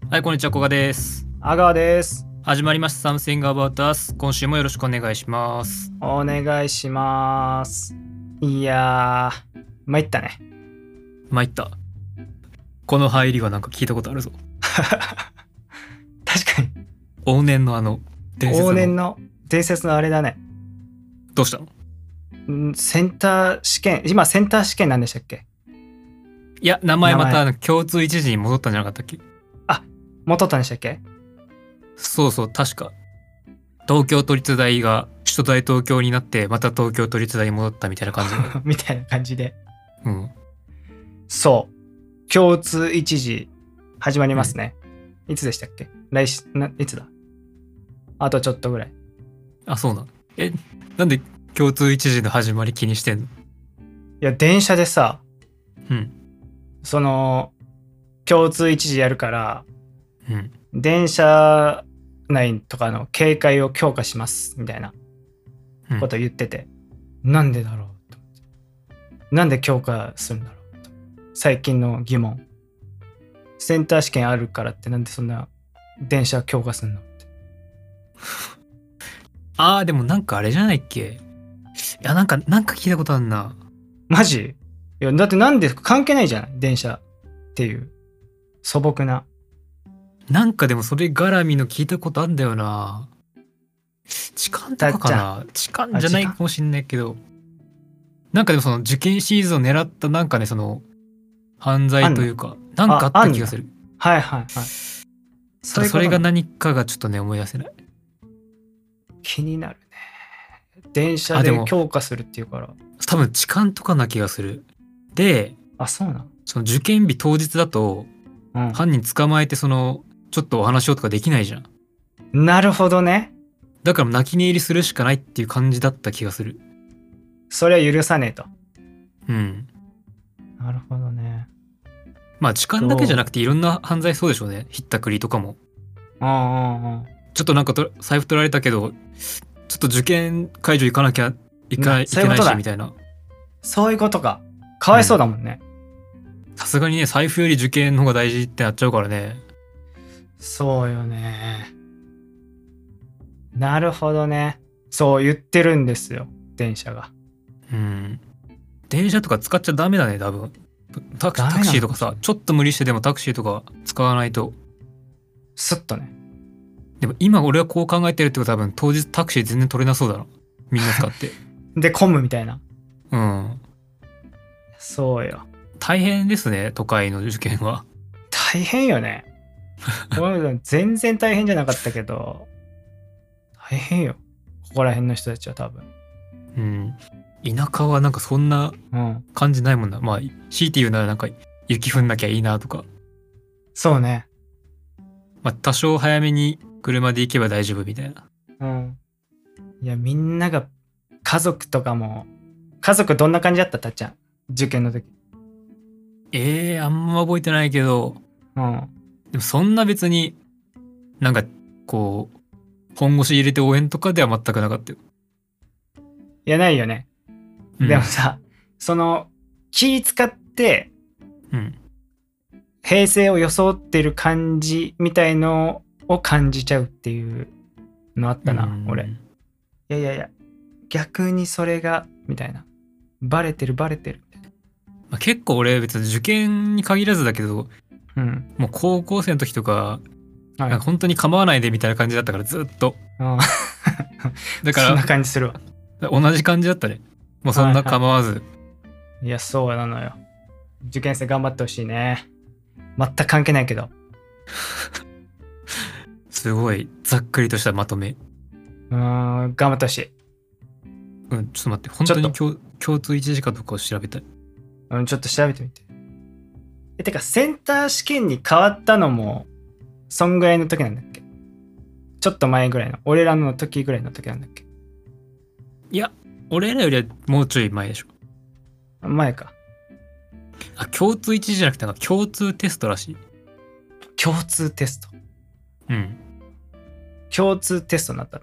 はい、こんにちは、こがです。 阿川です。 始まりました。Something About Us。今週もよろしくお願いします。 お願いします。いやー、参ったね。 参った。この入りはなんか聞いたことあるぞ。 確かに。 往年の伝説の。 往年の伝説のあれだね。 どうしたの？ センター試験、今センター試験なんでしたっけ？ いや、名前また共通一時に戻ったんじゃなかったっけ？ あ、戻ったんでしたっけ？ そうそう、確か。東京都立大が首都大東京になって、また東京都立大に戻ったみたいな感じで。 みたいな感じで。 うん。 そう。共通一時始まりますね。いつでしたっけ？いつだ？あとちょっとぐらい。 あ、そうなの。なんで共通一時の始まり気にしてんの？ いや、電車でさ、 うん。 その、共通一時やるから、 うん。 電車内とかの警戒を強化しますみたいなこと言ってて、なんでだろうと。なんで強化するんだろうと。最近の疑問。センター試験あるからってなんでそんな電車強化すんのって。 でもなんかあれじゃないっけ？いや、なんか聞いたことあるな。 マジ？いや、だってなんで関係ないじゃない電車っていう素朴な。 なんかでもそれ絡みの聞いたことあんだよな。痴漢とかかな？痴漢じゃないかもしんないけど。なんかでもその受験シーズンを狙ったなんかね、その犯罪というか、なんかあった気がする。 はいはいはい。 ただそれが何かがちょっとね、思い出せない。 気になるね。電車で強化するっていうから。 多分痴漢とかな気がする。で、 そうなの？ その受験日当日だと、犯人捕まえてその、ちょっとお話しようとかできないじゃん。 なるほどね。 だから泣き寝入りするしかないっていう感じだった気がする。 それは許さねえと。 うん。 なるほどね。 まあ痴漢だけじゃなくていろんな犯罪そうでしょうね。ひったくりとかも。ちょっとなんか財布取られたけど、ちょっと受験会場行かなきゃいけないしみたいな。 そういうことか。かわいそうだもんね。 さすがにね、財布より受験の方が大事ってなっちゃうからね。 そうよね。なるほどね。そう言ってるんですよ、電車が。 電車とか使っちゃダメだね、多分。タクシーとかさ、ちょっと無理してでもタクシーとか使わないと。 スッとね。 でも今俺はこう考えてるってことは多分当日タクシー全然取れなそうだな。みんな使って。 で、混むみたいな。 うん。 そうよ。 大変ですね、都会の受験は。 大変よね。全然大変じゃなかったけど、大変よ。ここら辺の人たちは多分。 うん。田舎はなんかそんな感じないもんな。まあ、強いて言うならなんか雪降んなきゃいいなとか。 そうね。 まあ、多少早めに車で行けば大丈夫みたいな。 いや、みんなが、家族とかも、家族どんな感じだった？たっちゃん。受験の時。 あんま覚えてないけど、でもそんな別になんかこう本腰入れて応援とかでは全くなかったよ。 いや、ないよね。でもさ、その気使って平成を装ってる感じみたいのを感じちゃうっていうのあったな、俺。いや逆にそれがみたいな、バレてるみたいな。結構俺別に受験に限らずだけど、もう高校生の時とか、なんか本当に構わないでみたいな感じだったからずっと。だからそんな感じするわ。 同じ感じだったね。もうそんな構わず。 いや、そうなのよ。受験生頑張ってほしいね。全く関係ないけど。 すごいざっくりとしたまとめ。 頑張ってほしい。 ちょっと待って、本当に共通一時かどうかを調べたい。 ちょっと調べてみて。てか、センター試験に変わったのも、そんぐらいの時なんだっけ？ちょっと前ぐらいの、俺らの時ぐらいの時なんだっけ？ いや、俺らよりはもうちょい前でしょ。 前か。 共通一時じゃなくて、共通テストらしい。 共通テスト。 うん。 共通テストになったん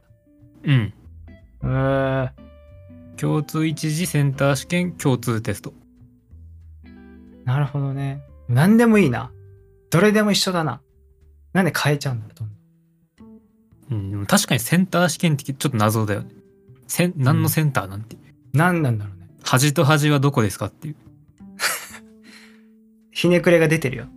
だ。共通一次センター試験共通テスト。 なるほどね。何でもいいな。どれでも一緒だな。 なんで変えちゃうんだろう、どんどん。 うん、でも確かにセンター試験ってちょっと謎だよね。何のセンターなんて。 何なんだろうね。 端と端はどこですかっていう。 ひねくれが出てるよ。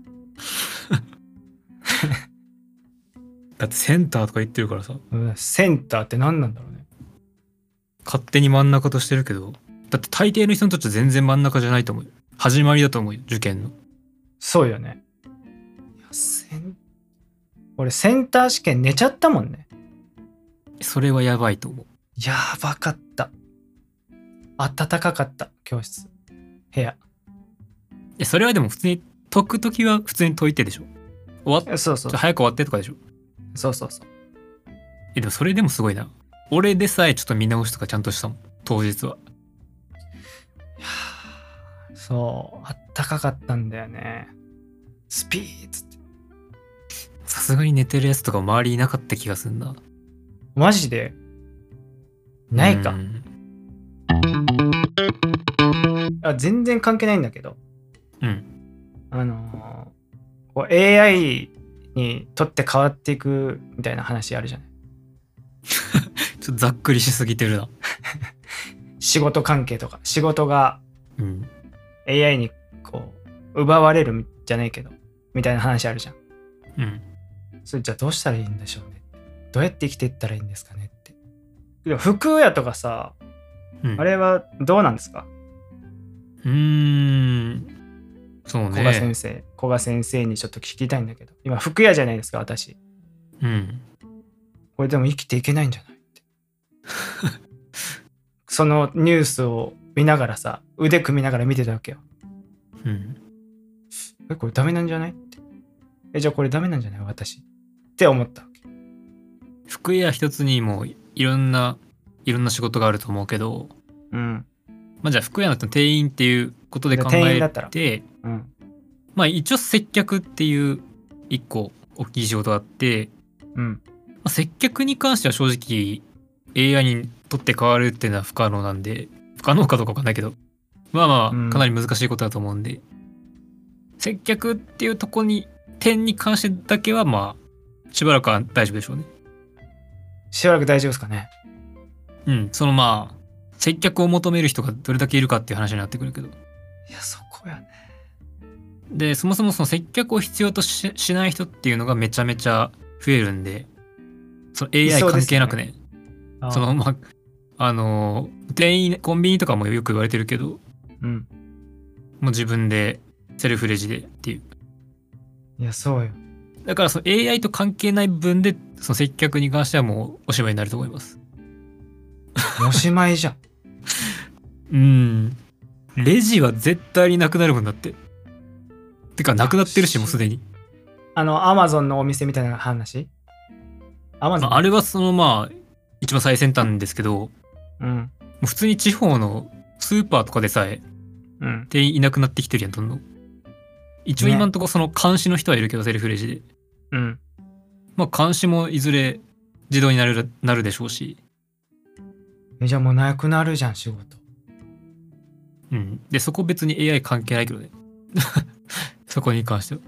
だってセンターとか言ってるからさ。 センターって何なんだろうね。 勝手に真ん中としてるけど、だって大抵の人にとっては全然真ん中じゃないと思うよ。始まりだと思うよ、受験の。 そうよね。いや俺センター試験寝ちゃったもんね。 それはやばいと思う。 やばかった。暖かかった、教室。部屋。 それはでも普通に解くときは普通に解いてでしょ。終わっそうそう。 早く終わってとかでしょ。 そうそうそう。 でもそれでもすごいな。俺でさえちょっと見直しとかちゃんとしたもん、当日は。 いやそう、暖かかったんだよね。スピーッつって。 さすがに寝てるやつとか周りいなかった気がするな。 マジでないか。全然関係ないんだけど。 うん。 こう AI にとって変わっていくみたいな話あるじゃない。 ちょっとざっくりしすぎてるな。 仕事関係とか、仕事がうん。 AI にこう奪われるじゃないけどみたいな話あるじゃん。 うん。 それじゃあどうしたらいいんでしょうね。どうやって生きていったらいいんですかねって。でも服屋とかさ、あれはどうなんですか？ そうね。 古賀先生にちょっと聞きたいんだけど、今服屋じゃないですか、私。 うん。 これでも生きていけないんじゃないって。そのニュースを見ながらさ、腕組みながら見てたわけよ。 うん。 これダメなんじゃないって。じゃあこれダメなんじゃない私って思ったわけ。 服屋一つにもいろんな仕事があると思うけど、 うん。 まあじゃあ服屋の店員っていうことで考えて、 うん、 まあ一応接客っていう一個大きい仕事があって、 うん。 まあ、接客に関しては正直 AI にとって変わるっていうのは不可能なんで、不可能かどうかわかんないけど、まあまあかなり難しいことだと思うんで、接客っていうとこに点に関してだけはまあしばらくは大丈夫でしょうね。 しばらく大丈夫ですかね。 うん、そのまあ接客を求める人がどれだけいるかっていう話になってくるけど。 いや、そこやね。 で、そもそもその接客を必要と しない人っていうのがめちゃめちゃ増えるんで、その AI 関係なくね、そのまあ店員、コンビニとかもよく言われてるけど、 うん、 もう自分でセルフレジでっていう。 いや、そうよ。 だからその AI と関係ない部分でその接客に関してはもうおしまいになると思います。 おしまいじゃん。レジは絶対になくなるもんだって。てかなくなってるしもうすでに。 アマゾンのお店みたいな話？ あれはそのまあ一番最先端ですけど、 うん、もう普通に地方のスーパーとかでさえ店員いなくなってきてるやん、どんどん。一応今んとこその監視の人はいるけど、セルフレジで。 うん。 まあ監視もいずれ自動になるでしょうし。 じゃあもうなくなるじゃん、仕事。 うん。で、そこ別に AI 関係ないけどね。そこに関しては。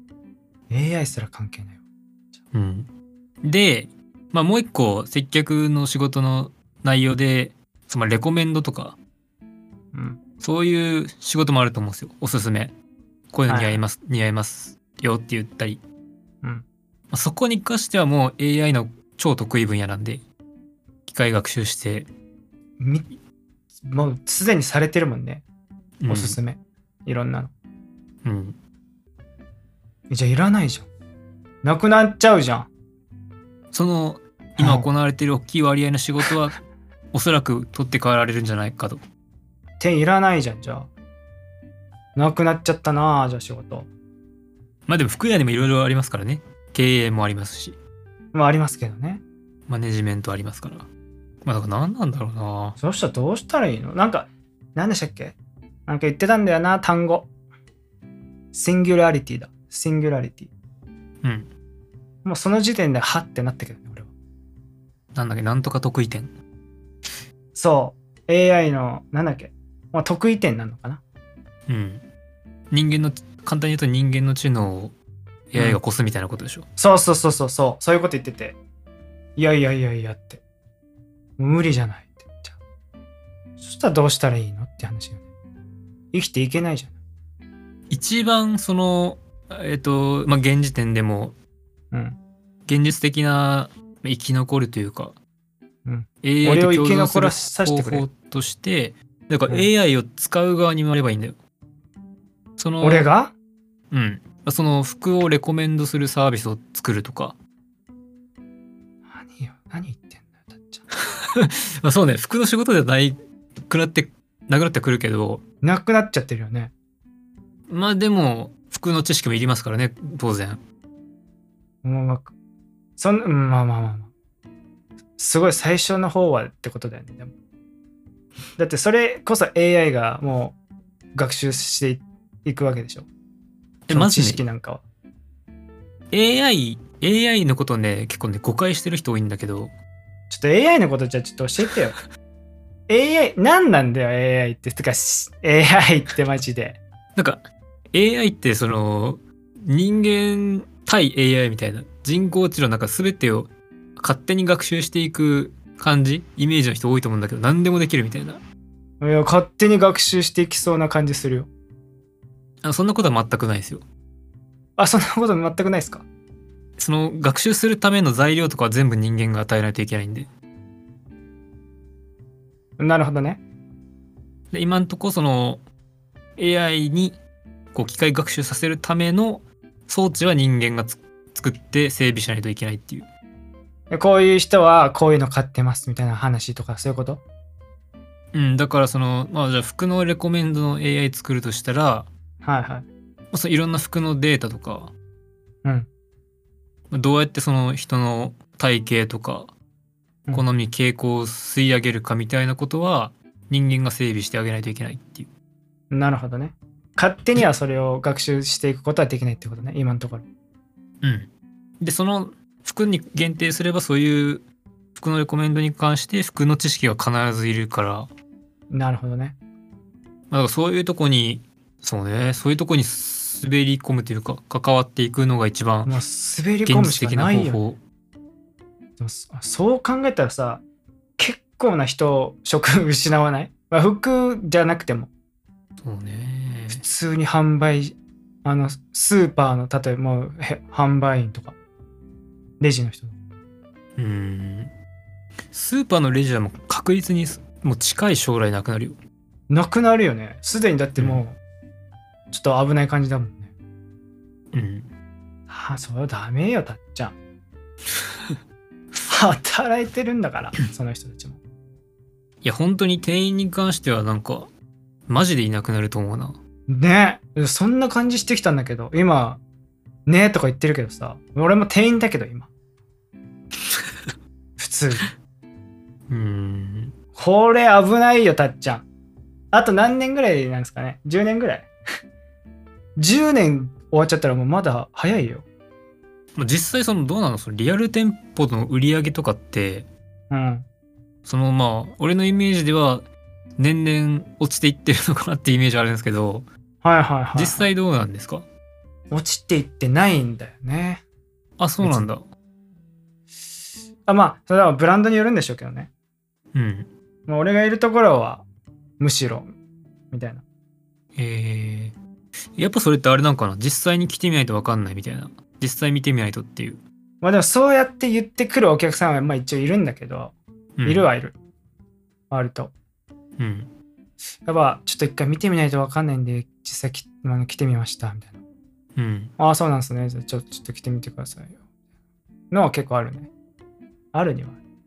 AI すら関係ないよ。 うん。で、まあもう一個接客の仕事の内容で、つまりレコメンドとか、 うん、 そういう仕事もあると思うんですよ。おすすめ。こういうの似合います、似合いますよって言ったり。 うん。 そこに関してはもう AI の超得意分野なんで、機械学習して。 もうすでにされてるもんね。おすすめ。 うん、 いろんなの。 うん。 じゃあいらないじゃん。なくなっちゃうじゃん。 その今行われている大きい割合の仕事はおそらく取って代わられるんじゃないかと。 点いらないじゃん、じゃあ。なくなっちゃったなあ、じゃあ仕事。 まあでも服屋にもいろいろありますからね。経営もありますし。 まあありますけどね。 マネジメントありますから。まあだから何なんだろうな。 そうしたらどうしたらいいの？なんでしたっけ？なんか言ってたんだよな、単語。シンギュラリティだ。シンギュラリティ。 うん。 もうその時点ではってなったけどね、俺は。 なんだっけ、なんとか得意点。 そう。AI の、なんだっけ。まあ、得意点なのかな。 うん。簡単に言うと人間の知能を AI が越すみたいなことでしょ。 そういうこと言ってて、いやって、無理じゃないって言っちゃう。そしたらどうしたらいいのって話よね。生きていけないじゃない。 一番その現時点でも、現実的な生き残るというか、AI と共存する方法として、だから AI を使う側に回ればいいんだよ。 俺が？ その服をレコメンドするサービスを作るとか。 何言ってんだよ、たっちゃん。 そうね、服の仕事ではなくなってくるけど。 なくなっちゃってるよね。 まあでも、服の知識もいりますからね、当然。 まあ。すごい最初の方はってことだよね、でも。だってそれこそ AI がもう学習していくわけでしょ。 まずね、 知識なんかは。 AI のことね、結構ね、誤解してる人多いんだけど。 ちょっと AI のことじゃあちょっと教えてよ。AI、何なんだよ AI って。てか AI ってマジで。 なんか AI ってその人間対 AI みたいな、人工知能なんか全てを勝手に学習していく感じ、イメージの人多いと思うんだけど、何でもできるみたいな。 いや、勝手に学習していきそうな感じするよ。 そんなことは全くないですよ。 そんなこと全くないですか？ その学習するための材料とかは全部人間が与えないといけないんで。 なるほどね。 で、今んとこその AI にこう機械学習させるための装置は人間が作って整備しないといけないっていう。 こういう人はこういうの買ってますみたいな話とか、そういうこと？ だからそのじゃあ服のレコメンドの AI 作るとしたら、いろんな服のデータとか、どうやってその人の体型とか好み傾向を吸い上げるかみたいなことは人間が整備してあげないといけないっていう。 なるほどね。勝手にはそれを学習していくことはできないってことね、今のところ。 で、その服に限定すれば、そういう服のレコメンドに関して服の知識が必ずいるから。 なるほどね。 だからそういうとこに滑り込むというか関わっていくのが一番滑り込むしかないよね。でもそう考えたらさ、結構な人職失わない？服じゃなくても。 そうね。 普通に販売、スーパーの例えばもう販売員とかレジの人。 スーパーのレジはもう確実にもう近い将来なくなるよ。 なくなるよね。すでにだってもうちょっと危ない感じだもんね。それダメよ、たっちゃん。働いてるんだからその人たちも。 いや本当に店員に関してはなんかマジでいなくなると思うな。 ね、そんな感じしてきたんだけど、今ねとか言ってるけどさ、俺も店員だけど今普通これ危ないよ、たっちゃん。あと何年ぐらいなんですかね。10年ぐらい10年終わっちゃったらもうまだ早いよ。 実際そのどうなの、そのリアル店舗の売り上げとかって、その俺のイメージでは年々落ちていってるのかなってイメージあるんですけど、実際どうなんですか？ 落ちていってないんだよね。 そうなんだ。 それはブランドによるんでしょうけどね。俺がいるところはむしろみたいな。 やっぱそれってあれなんかな、実際に来てみないと分かんないみたいな、実際見てみないとっていう。 でもそうやって言ってくるお客さんは一応いるんだけど、いるはいる、割と。やっぱちょっと一回見てみないと分かんないんで実際来てみましたみたいな。そうなんですね。じゃあちょっと来てみてくださいよのは結構あるね。あるには。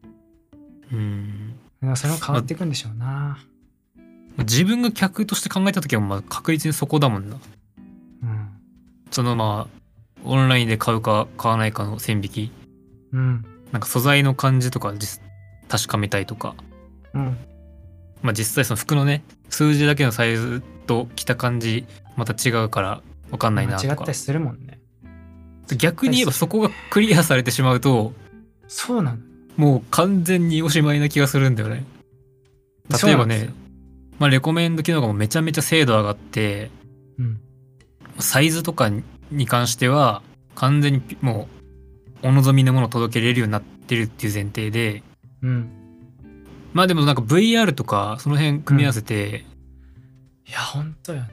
それも変わっていくんでしょうな。 自分が客として考えた時は確実にそこだもんな。そのオンラインで買うか買わないかの線引き。なんか素材の感じとか確かめたいとか。実際その服のね、数字だけのサイズと着た感じまた違うから分かんないなとか。 違ったりするもんね。 逆に言えばそこがクリアされてしまうと、 そうなの。 もう完全におしまいな気がするんだよね。例えばね、レコメンド機能がもうめちゃめちゃ精度上がって、サイズとかに関しては完全にもうお望みのものを届けれるようになってるっていう前提で、まあでもなんか VR とかその辺組み合わせて、 いやほんとよね。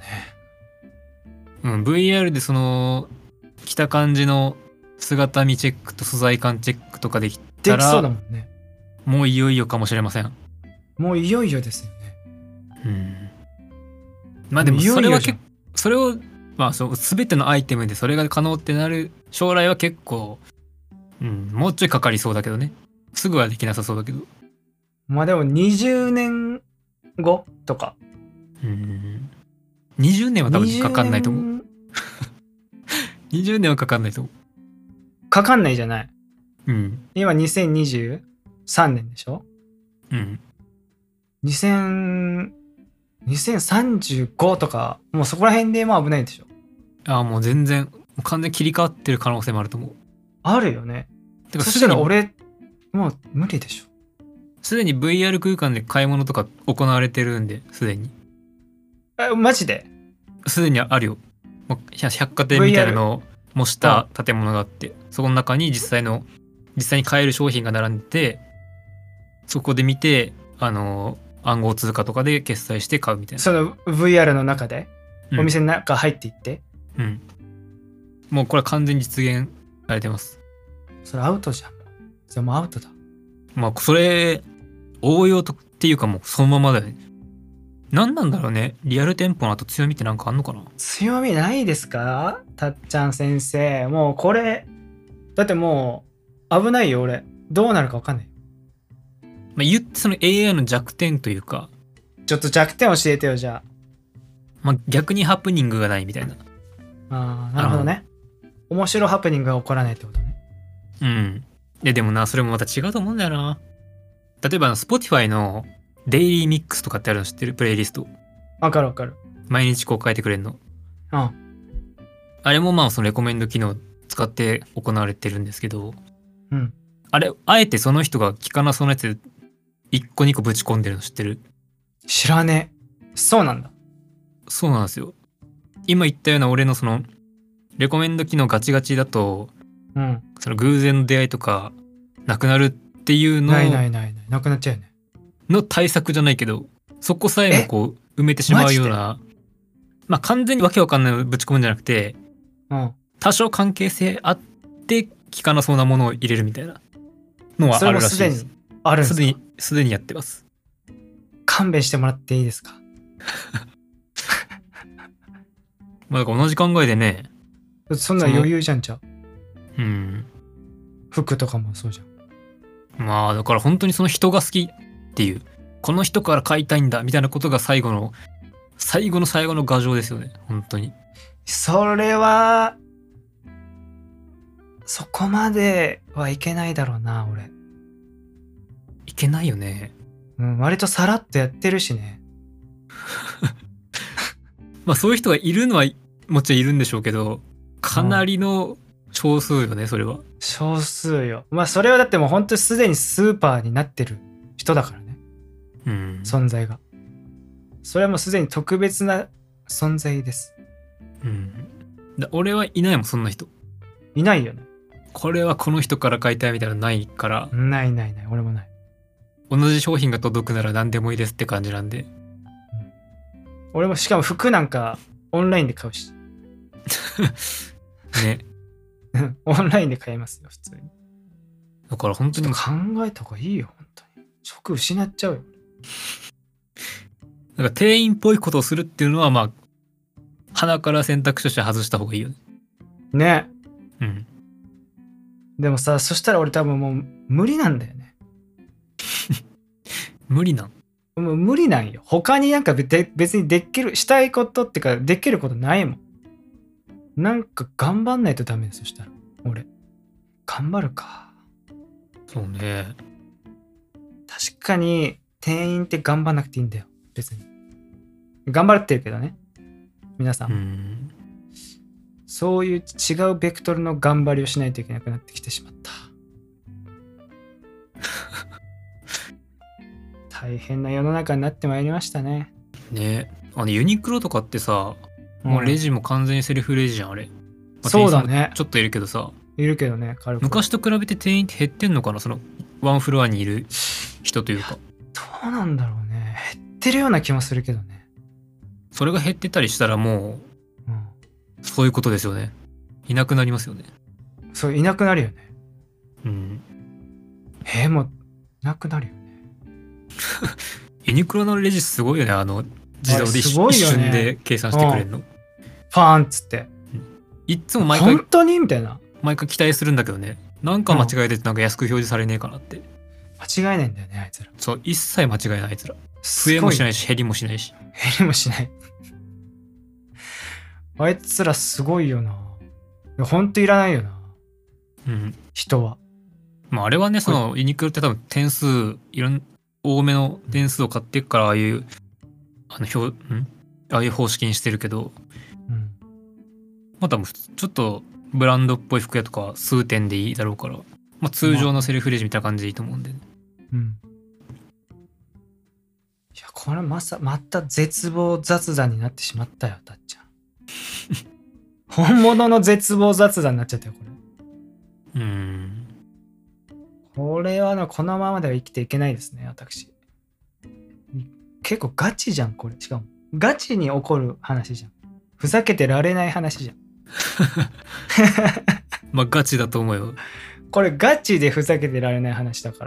VR でその着た感じの姿見チェックと素材感チェックとかできたらできそうだもんね。 もういよいよかもしれません。 もういよいよですよね。まあでもそれはそれをまあそう全てのアイテムでそれが可能ってなる将来は結構、もうちょいかかりそうだけどね。すぐはできなさそうだけど。 まあでも20年後とか。 20年は多分かかんないと思う。20年はかかんないと思う。 かかんないじゃない。今2023年でしょ。2035とかもうそこら辺でまあ危ないでしょ。 ああもう全然もう完全に切り替わってる可能性もあると思う。 あるよね。そしたら俺もう無理でしょ。 すでに VR 空間で買い物とか行われてるんで、すでに。 マジで？ すでにあるよ。百貨店みたいなのを模した建物があって、そこの中に実際に買える商品が並んでて、そこで見て暗号通貨とかで決済して買うみたいな。 その VR の中で、お店の中入っていって、 もうこれは完全に実現されてます。 それアウトじゃん。それもうアウトだ。 まあそれ応用っていうかもうそのままだよね。何なんだろうね。リアル店舗の後強みってなんかあんのかな。 強みないですか、たっちゃん先生。もうこれだってもう危ないよ。俺どうなるか分かんない。 言ってその AI の弱点というか、 ちょっと弱点教えてよじゃあ。逆にハプニングがないみたいな。 なるほどね。面白ハプニングが起こらないってことね。 でもな、それもまた違うと思うんだよな。例えばSpotify のデイリーミックスとかってあるの知ってる？プレイリスト。 わかるわかる。 毎日こう変えてくれるの。あれもまあそのレコメンド機能使って行われてるんですけど、あれあえてその人が聞かなそうなやつ1個2個ぶち込んでるの知ってる？ 知らねえ。そうなんだ。 そうなんですよ。今言ったような俺のそのレコメンド機能ガチガチだと、その偶然の出会いとかなくなるっていうのないなくなっちゃうよね。 の対策じゃないけど、そこさえもこう埋めてしまうような、まあ完全にわけわかんないのぶち込むんじゃなくて、多少関係性あって聞かなそうなものを入れるみたいなのはあるらしいです。 あるんですか？ すでにやってます。 勘弁してもらっていいですか？ まあだから同じ考えでね。 そんな余裕じゃんちゃう。服とかもそうじゃん。まあだから本当にその人が好きっていう、この人から買いたいんだみたいなことが最後の牙城ですよね。本当に。 それはそこまではいけないだろうな。俺いけないよね。 割とさらっとやってるしね。 まあそういう人がいるのはもちろんいるんでしょうけど、かなりの少数よね、それは。 少数よ。まあそれはだってもう本当にすでにスーパーになってる人だからね。存在が。それはもうすでに特別な存在です。 俺はいないもん、そんな人。 いないよね。 これはこの人から買いたいみたいなのないから。 ない。俺もない。 同じ商品が届くなら何でもいいですって感じなんで。 俺もしかも服なんかオンラインで買うし。 ね。 オンラインで買いますよ、普通に。 だから本当に考えた方がいいよ、本当に。職失っちゃうよ。 なんか店員っぽいことをするっていうのはまあ鼻から選択肢として外した方がいいよね。 ね。でもさ、そしたら俺多分もう無理なんだよね。 無理なん？ もう無理なんよ。他になんか別にできるしたいことってかできることないもん。なんか頑張んないとダメです。そしたら俺頑張るか。 そうね。 確かに店員って頑張んなくていいんだよ。別に頑張ってるけどね、皆さん。そういう違うベクトルの頑張りをしないといけなくなってきてしまった。大変な世の中になってまいりましたね。 ね。ユニクロとかってさ、もうレジも完全にセルフレジじゃん、あれ。 そうだね。 ちょっといるけどさ、 いるけどね、軽く。 昔と比べて店員って減ってんのかな、そのワンフロアにいる人というか。 どうなんだろうね。減ってるような気もするけどね。 それが減ってたりしたらもう、そういうことですよね。いなくなりますよね。 そう、いなくなるよね。 うん。 もう、いなくなるよね。 ユニクロのレジすごいよね。自動ですごいよね、 一瞬で計算してくれるの。 ファーンっつって。 いっつも毎回、 本当にみたいな。 毎回期待するんだけどね。なんか間違えてなんか安く表示されねえかなって。 間違えないんだよね、あいつら。 そう、一切間違えない、あいつら。増えもしないし、減りもしないし。 減りもしない。あいつらすごいよな。ほんといらないよな。 うん。 人は。 まあ、あれはね、その、ユニクロって多分点数、多めの点数を買っていくから、ああいう、ああいう方式にしてるけど、まあ多分、ちょっとブランドっぽい服屋とか数点でいいだろうから、まあ通常のセルフレジみたいな感じでいいと思うんでね。 いや、これまた絶望雑談になってしまったよ、たっちゃん。本物の絶望雑談になっちゃったよ、これ。これはこのままでは生きていけないですね、私。結構ガチじゃん、これ。しかも、ガチに起こる話じゃん。ふざけてられない話じゃん。 まあガチだと思うよ。 これガチでふざけてられない話だから。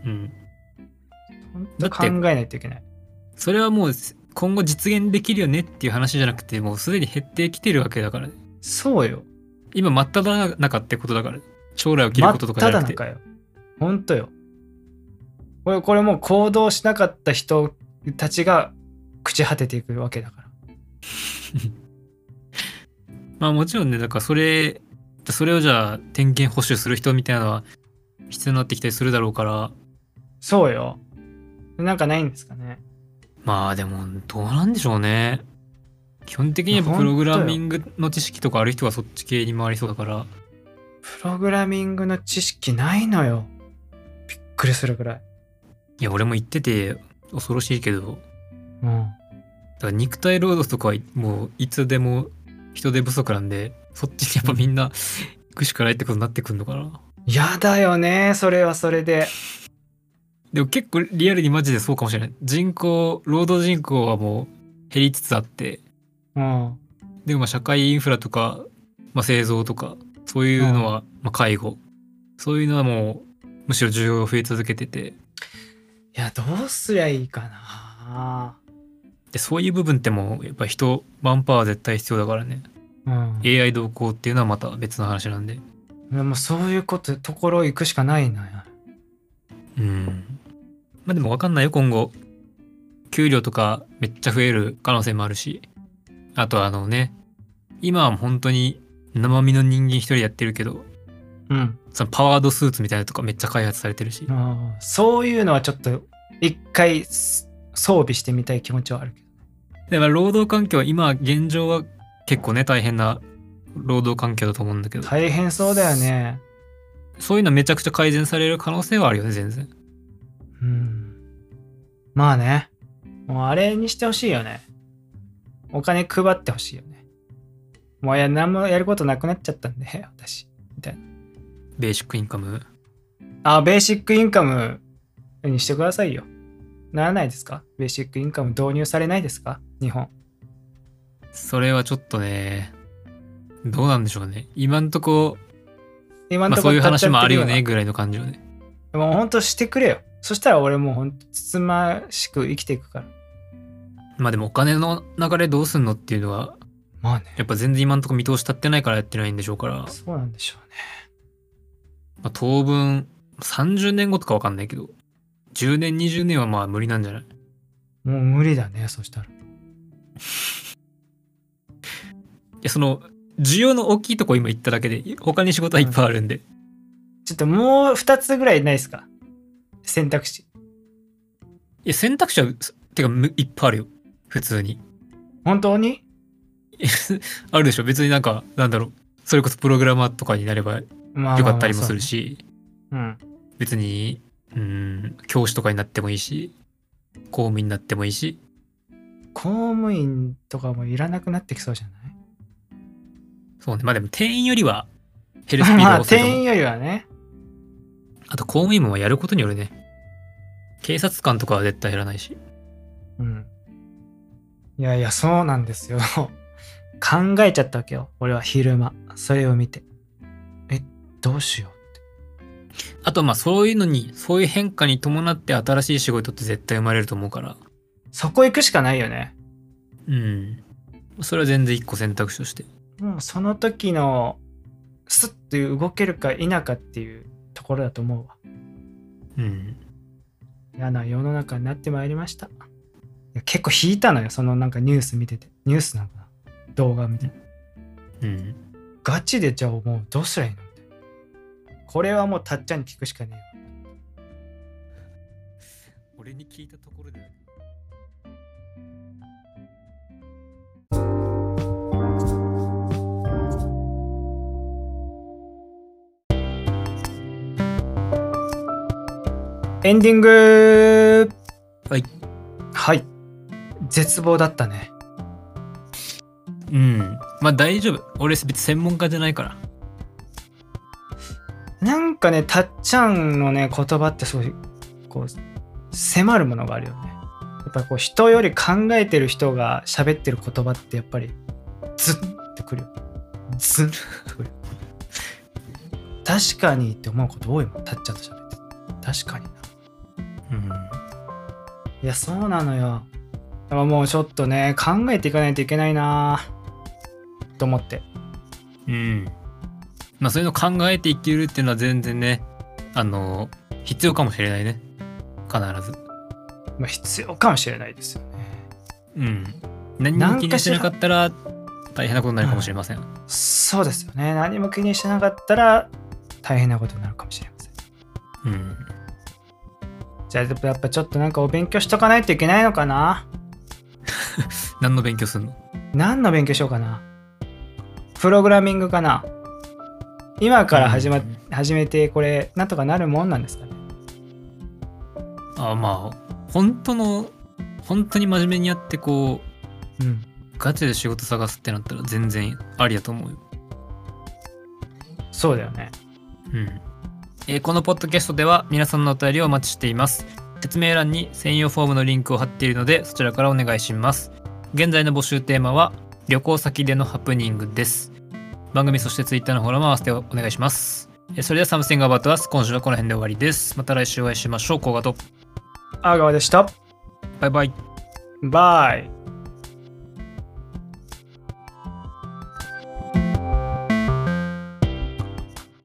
本当考えないといけない。 それはもう今後実現できるよねっていう話じゃなくて、もうすでに減ってきてるわけだからね。 そうよ。 今真っ只中ってことだから、将来起きることとかじゃなくて。 真っ只中よ。ほんとよ。これもう行動しなかった人たちが朽ち果てていくわけだから。 まあもちろんね、だからそれをじゃあ点検保守する人みたいなのは必要になってきたりするだろうから。 そうよ。なんかないんですかね。 まあでもどうなんでしょうね。基本的にはプログラミングの知識とかある人はそっち系に回りそうだから。 プログラミングの知識ないのよ。びっくりするぐらい。 いや俺も言ってて恐ろしいけど。 だから肉体労働とかはもういつでも人手不足なんで、そっちにやっぱみんな行くしかないってことになってくんのかな。 やだよね、それはそれで。 でも結構リアルにマジでそうかもしれない。労働人口はもう減りつつあって、でもまあ社会インフラとか、まあ、製造とかそういうのは、まあ、介護、そういうのはもうむしろ需要が増え続けてて、 いやどうすりゃいいかな。 でそういう部分ってもうやっぱマンパワー絶対必要だからね、AI 同行っていうのはまた別の話なんで。 でもそういうところ行くしかないな。 まあでも分かんないよ、今後給料とかめっちゃ増える可能性もあるし、あと今は本当に生身の人間一人やってるけど、そのパワードスーツみたいなのとかめっちゃ開発されてるし、 そういうのはちょっと一回装備してみたい気持ちはあるけど。 だから労働環境は今現状は結構ね大変な労働環境だと思うんだけど、 大変そうだよね。 そういうのめちゃくちゃ改善される可能性はあるよね、全然。 まあね、もうあれにしてほしいよね。お金配ってほしいよね。もう何もやることなくなっちゃったんで私みたいな。 ベーシックインカム。 ベーシックインカムにしてくださいよ。ならないですか？ベーシックインカム導入されないですか？日本。 それはちょっとね、どうなんでしょうね。今んとこそういう話もあるよねぐらいの感じよね。 もうほんとしてくれよ。そしたら俺もうほんとつつましく生きていくから。まあでもお金の流れどうすんのっていうのは、 まあね、 やっぱ全然今んとこ見通し立ってないからやってないんでしょうから。 そうなんでしょうね。当分30年後とかわかんないけど、10年20年はまあ無理なんじゃない？ もう無理だね、そしたら。いや、その需要の大きいとこ今言っただけで他に仕事はいっぱいあるんで、 ちょっともう2つぐらいないですか？選択肢。 いや選択肢はてかいっぱいあるよ、普通に。 本当に？ あるでしょ。別になんだろう、それこそプログラマーとかになればよかったりもするし、別に教師とかになってもいいし、公務員になってもいいし。 公務員とかもいらなくなってきそうじゃない？ そうね。まあでも店員よりは減るスピードまあが遅いと思う。 店員よりはね。 あと公務員もやることによるね。警察官とかは絶対減らないし。 うん。いやいや、そうなんですよ。考えちゃったわけよ。俺は昼間。それを見て。どうしよう。 あとまあそういうのに、そういう変化に伴って新しい仕事って絶対生まれると思うから。 そこ行くしかないよね。 うん。それは全然一個選択肢として。 もうその時のスッと動けるか否かっていうところだと思うわ。 うん。 嫌な世の中になってまいりました。いや結構引いたのよ。そのなんかニュース見てて。ニュースなのかな、動画見て。 うん。 ガチでじゃあもうどうすりゃいいのみたいな。これはもうたっちゃんに聞くしかねえよ。 俺に聞いたところで。 エンディング。 はい。 はい。絶望だったね。 うん。まあ大丈夫。俺別に専門家じゃないから。 なんかね、たっちゃんのね、言葉ってすごい、こう、迫るものがあるよね。やっぱりこう、人より考えてる人が喋ってる言葉ってやっぱり、ズンってくるよ。ズンってくる。確かにって思うこと多いもん、たっちゃんと喋って。確かにな。 うん。 いや、そうなのよ。だからもうちょっとね、考えていかないといけないなと思って。 うん。まあそういうの考えていけるっていうのは全然ね、必要かもしれないね。必ず。 まあ必要かもしれないですよね。 うん。何も気にしてなかったら大変なことになるかもしれません。 そうですよね。何も気にしてなかったら大変なことになるかもしれません。 うん。 じゃあやっぱちょっとなんかお勉強しとかないといけないのかな。 何の勉強すんの？ 何の勉強しようかな。プログラミングかな。今から始めてこれなんとかなるもんなんですかね。 まあ本当に真面目にやってこう、ガチで仕事探すってなったら全然ありだと思うよ。 そうだよね。 このポッドキャストでは皆さんのお便りをお待ちしています。説明欄に専用フォームのリンクを貼っているのでそちらからお願いします。現在の募集テーマは旅行先でのハプニングです。番組そしてツイッターのフォローも合わせてお願いします。それではサムシングアバウトアス、今週はこの辺で終わりです。また来週お会いしましょう。コウガと阿川でした。 バイバイ。 バイ。